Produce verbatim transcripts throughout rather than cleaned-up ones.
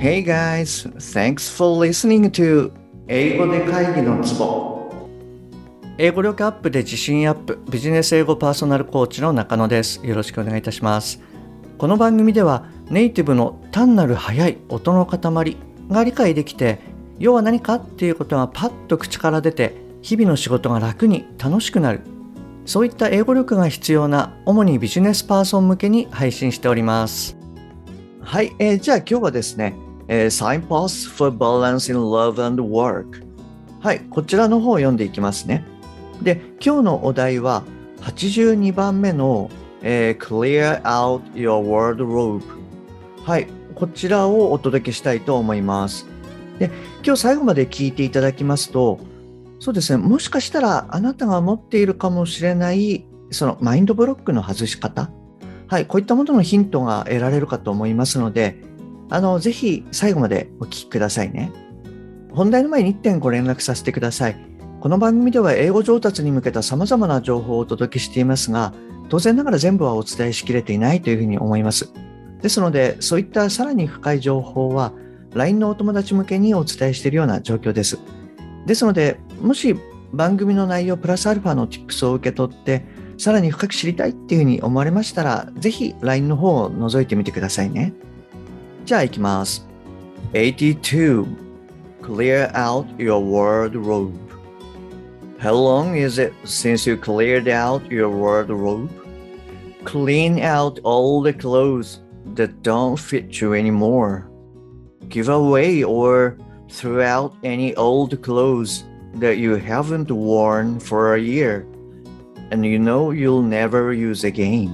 Hey guys, thanks for listening to 英語で会議のツボ。英語力アップで自信アップ、ビジネス英語パーソナルコーチの中野です。よろしくお願いいたします。この番組ではネイティブの単なる速い音の塊が理解できて、要は何かっていうことがパッと口から出て、日々の仕事が楽に楽しくなる、そういった英語力が必要な主にビジネスパーソン向けに配信しております。はい、えー、じゃあ今日はですね、えー、Signposts for Balance in Love and Work。 はい、こちらの方を読んでいきますね。で、今日のお題ははちじゅうにばんめの、えー、Clear out your wardrobe。 はい、こちらをお届けしたいと思います。で、今日最後まで聞いていただきますと、そうですね、もしかしたらあなたが持っているかもしれないそのマインドブロックの外し方、はい、こういったもののヒントが得られるかと思いますので、あのぜひ最後までお聞きくださいね。本題の前にいってんご連絡させてください。この番組では英語上達に向けた様々な情報をお届けしていますが、当然ながら全部はお伝えしきれていないというふうに思います。ですので、そういったさらに深い情報は ライン のお友達向けにお伝えしているような状況です。ですので、もし番組の内容プラスアルファの tips を受け取ってさらに深く知りたいっていうふうに思われましたら、ぜひ ライン の方を覗いてみてくださいね。じゃあ行きます。はちじゅうに Clear out your wardrobe. How long is it since you cleared out your wardrobe? Clean out all the clothes that don't fit you anymore. Give away or throw out any old clothes that you haven't worn for a year and you know you'll never use again.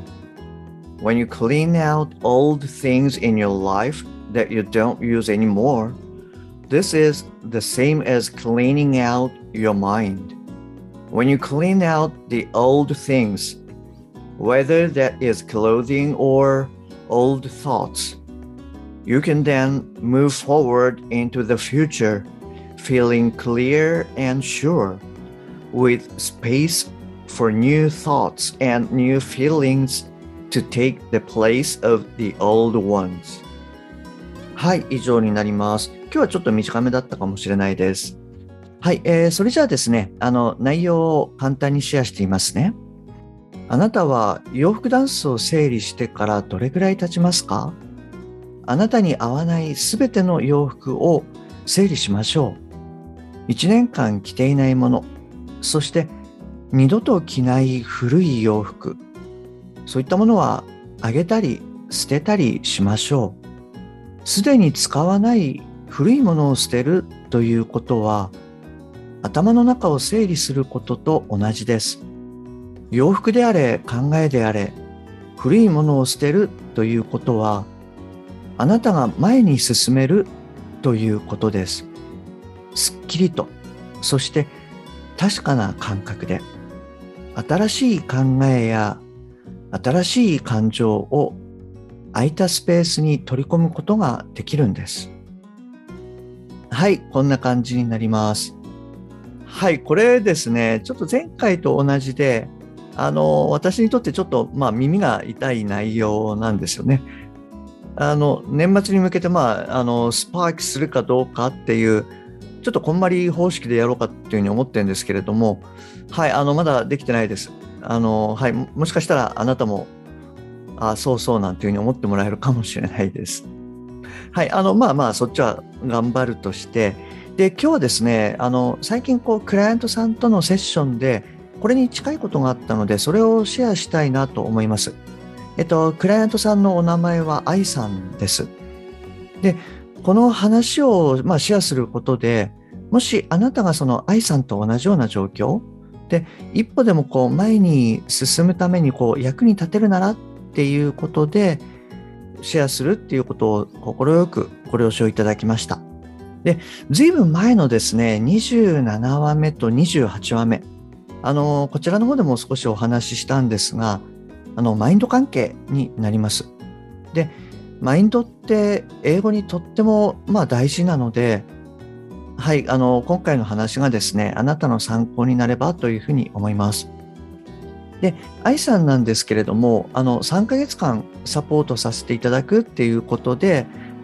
When you clean out old things in your life that you don't use anymore, this is the same as cleaning out your mind. When you clean out the old things, whether that is clothing or old thoughts, you can then move forward into the future, feeling clear and sure, with space for new thoughts and new feelings to take the place of the old ones. はい、以上になります。今日はちょっと短めだったかもしれないです。はい、えー、それじゃあですね、あの内容を簡単にシェアしていますね。あなたは洋服ダンスを整理してからどれくらい経ちますか？あなたに合わないすべての洋服を整理しましょう。いちねんかん着ていないもの、そして二度と着ない古い洋服、そういったものはあげたり捨てたりしましょう。すでに使わない古いものを捨てるということは、頭の中を整理することと同じです。洋服であれ考えであれ、古いものを捨てるということは、あなたが前に進めるということです。すっきりと、そして確かな感覚で、新しい考えや新しい感情を空いたスペースに取り込むことができるんです。はい、こんな感じになります。はい、これですね、ちょっと前回と同じで、あの、私にとってちょっと、まあ、耳が痛い内容なんですよね。あの、年末に向けて、まあ、あの、スパークするかどうかっていう、ちょっとこんまり方式でやろうかっていうふうに思ってるんですけれども、はい、あの、まだできてないです。あの、はい、もしかしたらあなたも、あ、そうそうなんていうふうに思ってもらえるかもしれないです。はい、あの、まあまあ、そっちは頑張るとして、で、今日はですね、あの、最近こう、クライアントさんとのセッションで、これに近いことがあったので、それをシェアしたいなと思います。えっと、クライアントさんのお名前は愛さんです。で、この話を、まあ、シェアすることで、もしあなたがその愛さんと同じような状況で、一歩でもこう前に進むためにこう役に立てるならっていうことで、シェアするっていうことを心よくご了承いただきました。で、ずいぶん前のですね、にじゅうななわめとにじゅうはちわめ、あの、こちらの方でも少しお話ししたんですが、あの、マインド関係になります。で、マインドって英語にとっても、まあ、大事なので、はい、あの、今回の話がですね、あなたの参考になればというふうに思います。で、愛さんなんですけれども、あの、さんかげつかんサポートさせていただくっていうことで、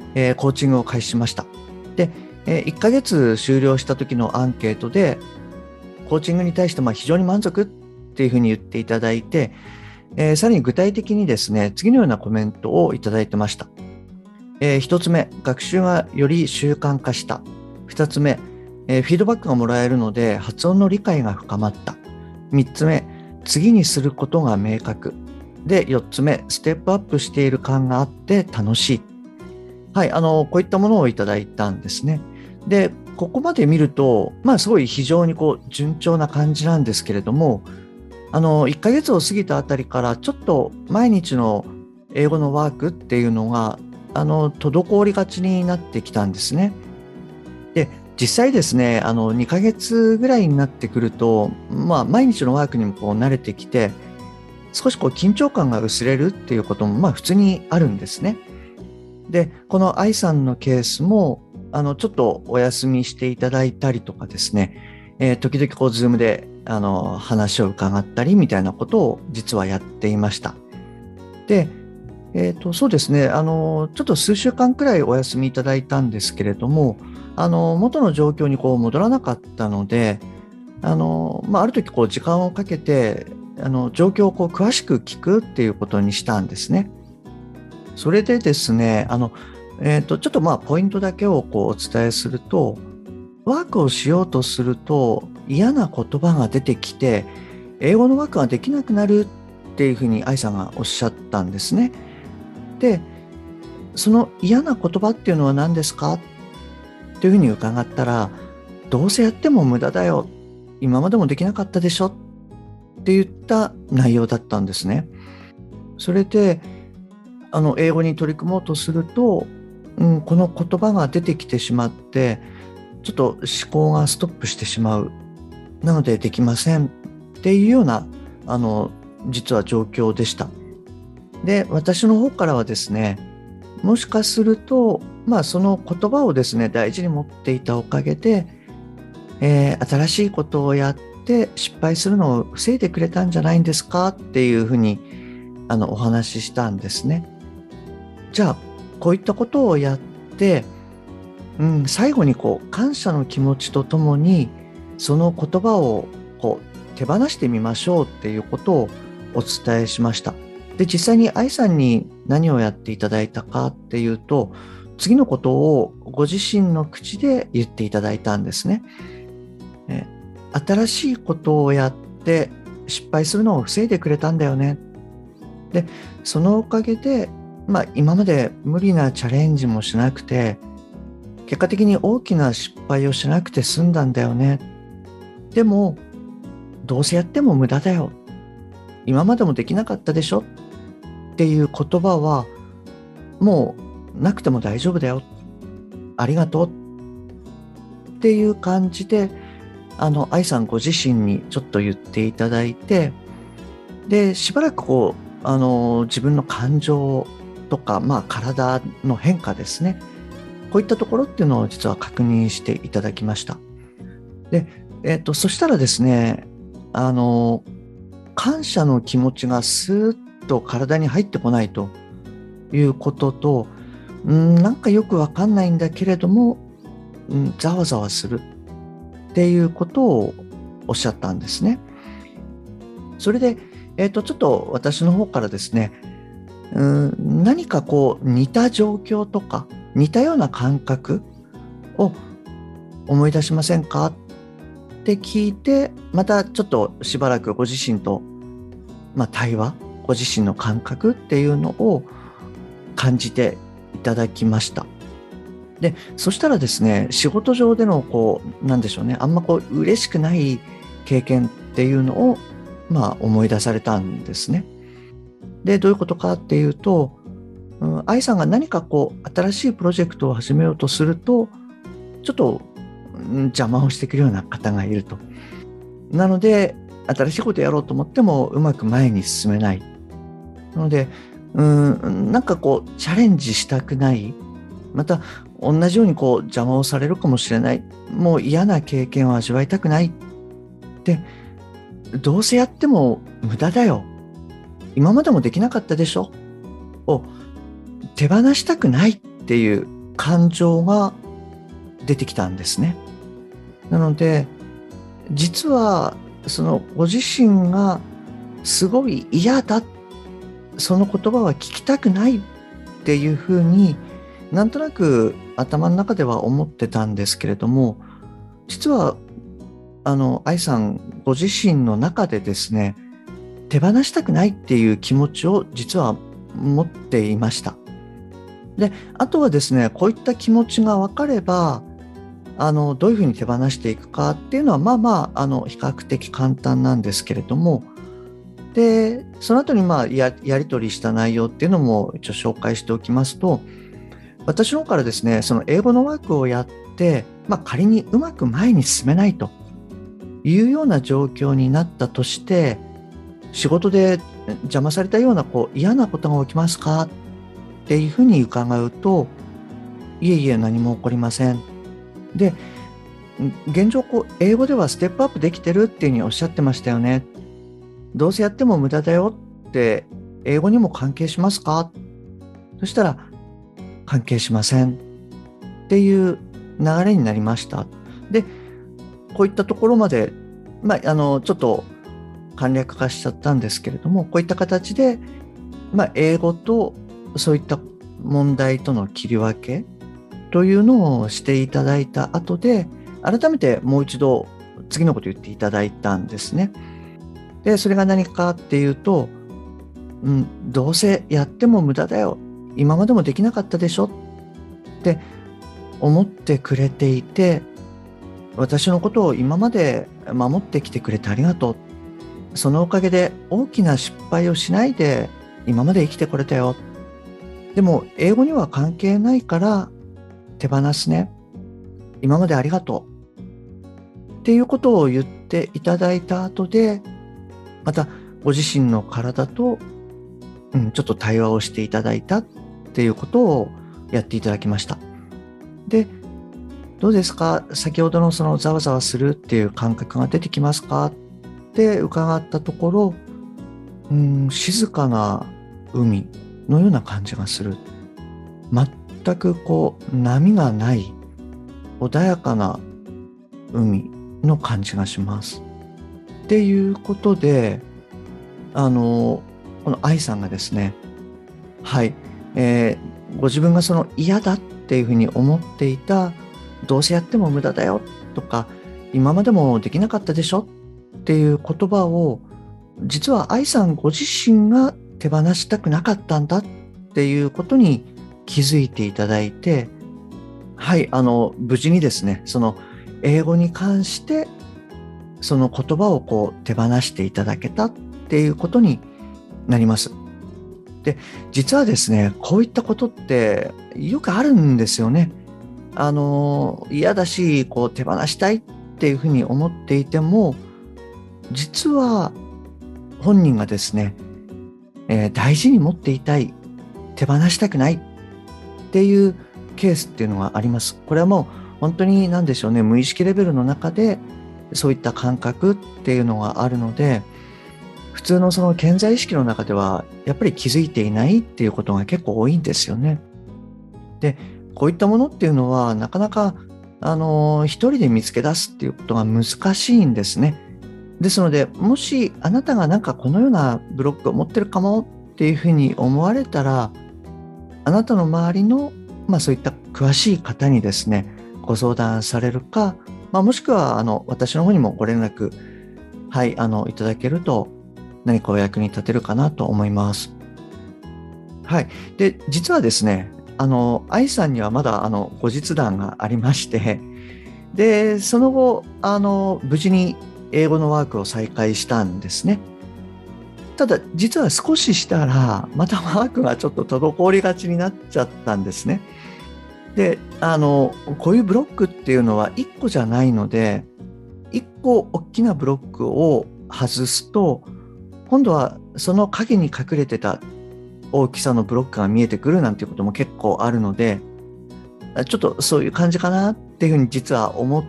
えーコーチングを開始しました。で、えーいっかげつ終了した時のアンケートで、コーチングに対してまあ非常に満足っていうふうに言っていただいて、えーさらに具体的にですね、次のようなコメントをいただいてました。えー、ひとつめ、学習がより習慣化した。ふたつめ、えーフィードバックがもらえるので発音の理解が深まった。みっつめ、次にすることが明確。で、よっつめ、ステップアップしている感があって楽しい。はい、あの、こういったものをいただいたんですね。で、ここまで見ると、まあ、すごい非常にこう、順調な感じなんですけれども、あの、いっかげつを過ぎたあたりから、ちょっと毎日の英語のワークっていうのが、あの、滞りがちになってきたんですね。で、実際ですね、あの、にかげつぐらいになってくると、まあ、毎日のワークにもこう慣れてきて、少しこう緊張感が薄れるっていうことも、まあ、普通にあるんですね。で、この愛さんのケースも、あの、ちょっとお休みしていただいたりとかですね、えー時々こう、ズームで、あの、話を伺ったりみたいなことを実はやっていました。で、えっと、そうですね、あの、ちょっと数週間くらいお休みいただいたんですけれども、あの、元の状況にこう戻らなかったので、あの、まあ、ある時こう時間をかけて、あの、状況をこう詳しく聞くっていうことにしたんですね。それでですね、あの、えっと、ちょっとまあ、ポイントだけをこうお伝えすると、ワークをしようとすると嫌な言葉が出てきて、英語のワークができなくなるっていうふうに愛さんがおっしゃったんですね。で、その嫌な言葉っていうのは何ですかっていうふうに伺ったら、どうせやっても無駄だよ。今までもできなかったでしょって言った内容だったんですね。それで、あの、英語に取り組もうとすると、うん、この言葉が出てきてしまって、ちょっと思考がストップしてしまう。なのでできませんっていうような、あの、実は状況でした。で、私の方からはですね、もしかすると、まあその言葉をですね、大事に持っていたおかげで、えー新しいことをやって失敗するのを防いでくれたんじゃないんですかっていうふうに、あの、お話ししたんですね。じゃあ、こういったことをやって、うん、最後にこう感謝の気持ちとともにその言葉をこう手放してみましょうっていうことをお伝えしました。で、実際に愛さんに何をやっていただいたかっていうと、次のことをご自身の口で言っていただいたんですね。え新しいことをやって失敗するのを防いでくれたんだよね。で、そのおかげで、まあ今まで無理なチャレンジもしなくて、結果的に大きな失敗をしなくて済んだんだよね。でも、どうせやっても無駄だよ。今までもできなかったでしょっていう言葉は、もうなくても大丈夫だよ。ありがとうっていう感じで、あの、愛さんご自身にちょっと言っていただいて、で、しばらくこう、あの、自分の感情とか、まあ体の変化ですね。こういったところっていうのを実は確認していただきました。で、えっと、そしたらですね、あの、感謝の気持ちがスーッと体に入ってこないということと、うん、なんかよくわかんないんだけれども、うん、ざわざわするっていうことをおっしゃったんですね。それで、えっと、ちょっと私の方からですね、うん、何かこう似た状況とか似たような感覚を思い出しませんかって聞いて、またちょっとしばらくご自身と、まあ、対話、ご自身の感覚っていうのを感じていただきました。で、そしたらですね、仕事上でのこう、なんでしょうね、あんまこう嬉しくない経験っていうのを、まあ思い出されたんですね。で、どういうことかっていうと、うん、愛さんが何かこう、新しいプロジェクトを始めようとすると、ちょっと、うん、邪魔をしてくるような方がいると。なので、新しいことやろうと思ってもうまく前に進めない。なので、うん、なんかこう、チャレンジしたくない。また、同じようにこう、邪魔をされるかもしれない。もう嫌な経験を味わいたくない。で、どうせやっても無駄だよ。今までもできなかったでしょを手放したくないっていう感情が出てきたんですね。なので実はそのご自身がすごい嫌だ、その言葉は聞きたくないっていうふうになんとなく頭の中では思ってたんですけれども、実はあの愛さんご自身の中でですね、手放したくないっていう気持ちを実は持っていました。で、あとはですね、こういった気持ちが分かれば、あのどういうふうに手放していくかっていうのはまあまああの比較的簡単なんですけれども、でその後にまあ や, やり取りした内容っていうのも一応紹介しておきますと、私の方からですね、その英語のワークをやって、まあ、仮にうまく前に進めないというような状況になったとして、仕事で邪魔されたようなこう嫌なことが起きますかっていうふうに伺うと、いえいえ何も起こりません。で、現状こう英語ではステップアップできてるっていうふうにおっしゃってましたよね。どうせやっても無駄だよって英語にも関係しますか？そしたら関係しませんっていう流れになりました。で、こういったところまで、まあ、あのちょっと簡略化しちゃったんですけれども、こういった形で、まあ、英語とそういった問題との切り分けというのをしていただいた後で、改めてもう一度次のことを言っていただいたんですね。で、それが何かっていうと、うん、どうせやっても無駄だよ。今までもできなかったでしょって思ってくれていて、私のことを今まで守ってきてくれてありがとう。そのおかげで大きな失敗をしないで今まで生きてこれたよ。でも英語には関係ないから手放すね。今までありがとう。っていうことを言っていただいた後で、またご自身の体と、うん、ちょっと対話をしていただいたっていうことをやっていただきました。で、どうですか？先ほどのそのざわざわするっていう感覚が出てきますかって伺ったところ、うん、静かな海のような感じがする。全くこう波がない穏やかな海の感じがします。っていうことで、あのこの愛さんがですね、はい、えー、ご自分がその嫌だっていうふうに思っていた、どうせやっても無駄だよとか、今までもできなかったでしょっていう言葉を、実は愛さんご自身が手放したくなかったんだっていうことに気づいていただいて、はい、あの無事にですね、その英語に関してその言葉をこう手放していただけたっていうことになります。で、実はですね、こういったことってよくあるんですよね。あの嫌だし、こう手放したいっていうふうに思っていても、実は本人がですね、えー大事に持っていたい、手放したくないっていうケースっていうのがあります。これはもう本当に何でしょうね、無意識レベルの中でそういった感覚っていうのがあるので、普通のその潜在意識の中ではやっぱり気づいていないっていうことが結構多いんですよね。で、こういったものっていうのはなかなかあの一人で見つけ出すっていうことが難しいんですね。ですので、もしあなたがなんかこのようなブロックを持ってるかもっていうふうに思われたら、あなたの周りの、まあ、そういった詳しい方にですね、ご相談されるか、まあ、もしくはあの私の方にもご連絡、はい、あのいただけると何かお役に立てるかなと思います。はい。で、実はですね、あの愛さんにはまだあの後日談がありまして、で、その後あの無事に英語のワークを再開したんですね。ただ実は少ししたらまたワークがちょっと滞りがちになっちゃったんですね。で、あのこういうブロックっていうのはいっこじゃないので、いっこ大きなブロックを外すと、今度はその影に隠れてた大きさのブロックが見えてくるなんていうことも結構あるので、ちょっとそういう感じかなっていうふうに実は思って、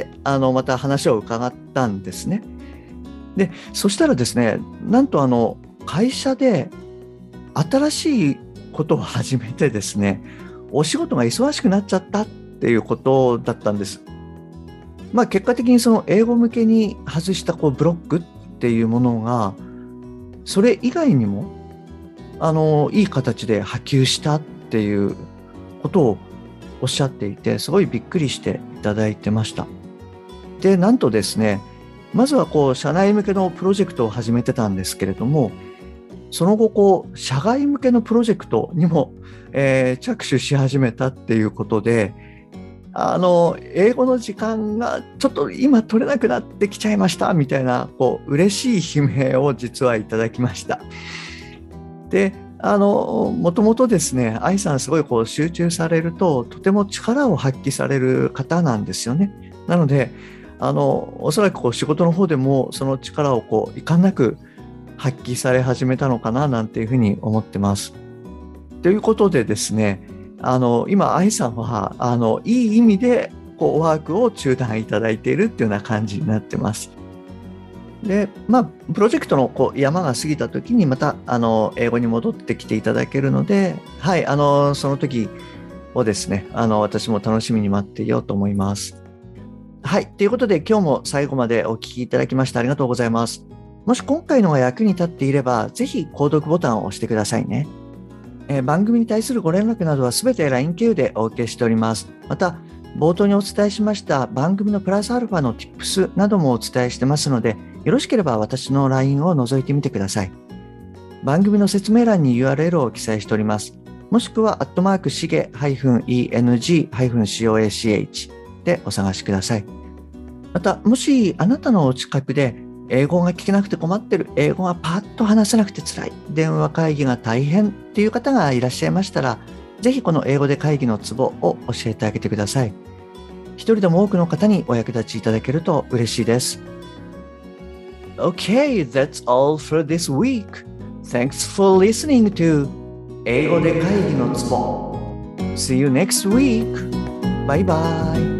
あのまた話を伺ったんですね。で、そしたらですね、なんとあの会社で新しいことを始めてですね、 お仕事が忙しくなっちゃったっていうことだったんです。まあ結果的にその英語向けに外したこうブロックっていうものが、それ以外にもあのいい形で波及したっていうことをおっしゃっていて、すごいびっくりしていただいてました。で、なんとですね、まずはこう社内向けのプロジェクトを始めてたんですけれども、その後こう社外向けのプロジェクトにも、えー着手し始めたっていうことで、あの英語の時間がちょっと今取れなくなってきちゃいましたみたいなこう嬉しい悲鳴を実はいただきました。で、あのもともとですね、愛さんすごいこう集中されるととても力を発揮される方なんですよね。なので、あのおそらくこう仕事の方でもその力をこう遺憾なく発揮され始めたのかななんていうふうに思ってます。ということでですね、あの今愛さんはあのいい意味でこうワークを中断いただいているっていうような感じになってます。で、まあプロジェクトのこう山が過ぎた時にまたあの英語に戻ってきていただけるので、はい、あのその時をですね、あの私も楽しみに待っていようと思います。はい、ということで今日も最後までお聞きいただきましてありがとうございます。もし今回のが役に立っていれば、ぜひ購読ボタンを押してくださいね。えー番組に対するご連絡などはすべて ライン 経由でお受けしております。また、冒頭にお伝えしました番組のプラスアルファの Tips などもお伝えしてますので、よろしければ私の ライン を覗いてみてください。番組の説明欄に ユーアールエル を記載しております。もしくは、アットマークしげ エヌジー シーオーエーシーエイチ でお探しください。また、もしあなたのお近くで英語が聞けなくて困ってる、英語がパッと話せなくて辛い、電話会議が大変っていう方がいらっしゃいましたら、ぜひこの英語で会議のツボを教えてあげてください。一人でも多くの方にお役立ちいただけると嬉しいです。Okay, that's all for this week. Thanks for listening to 英語で会議のツボ. See you next week. Bye bye.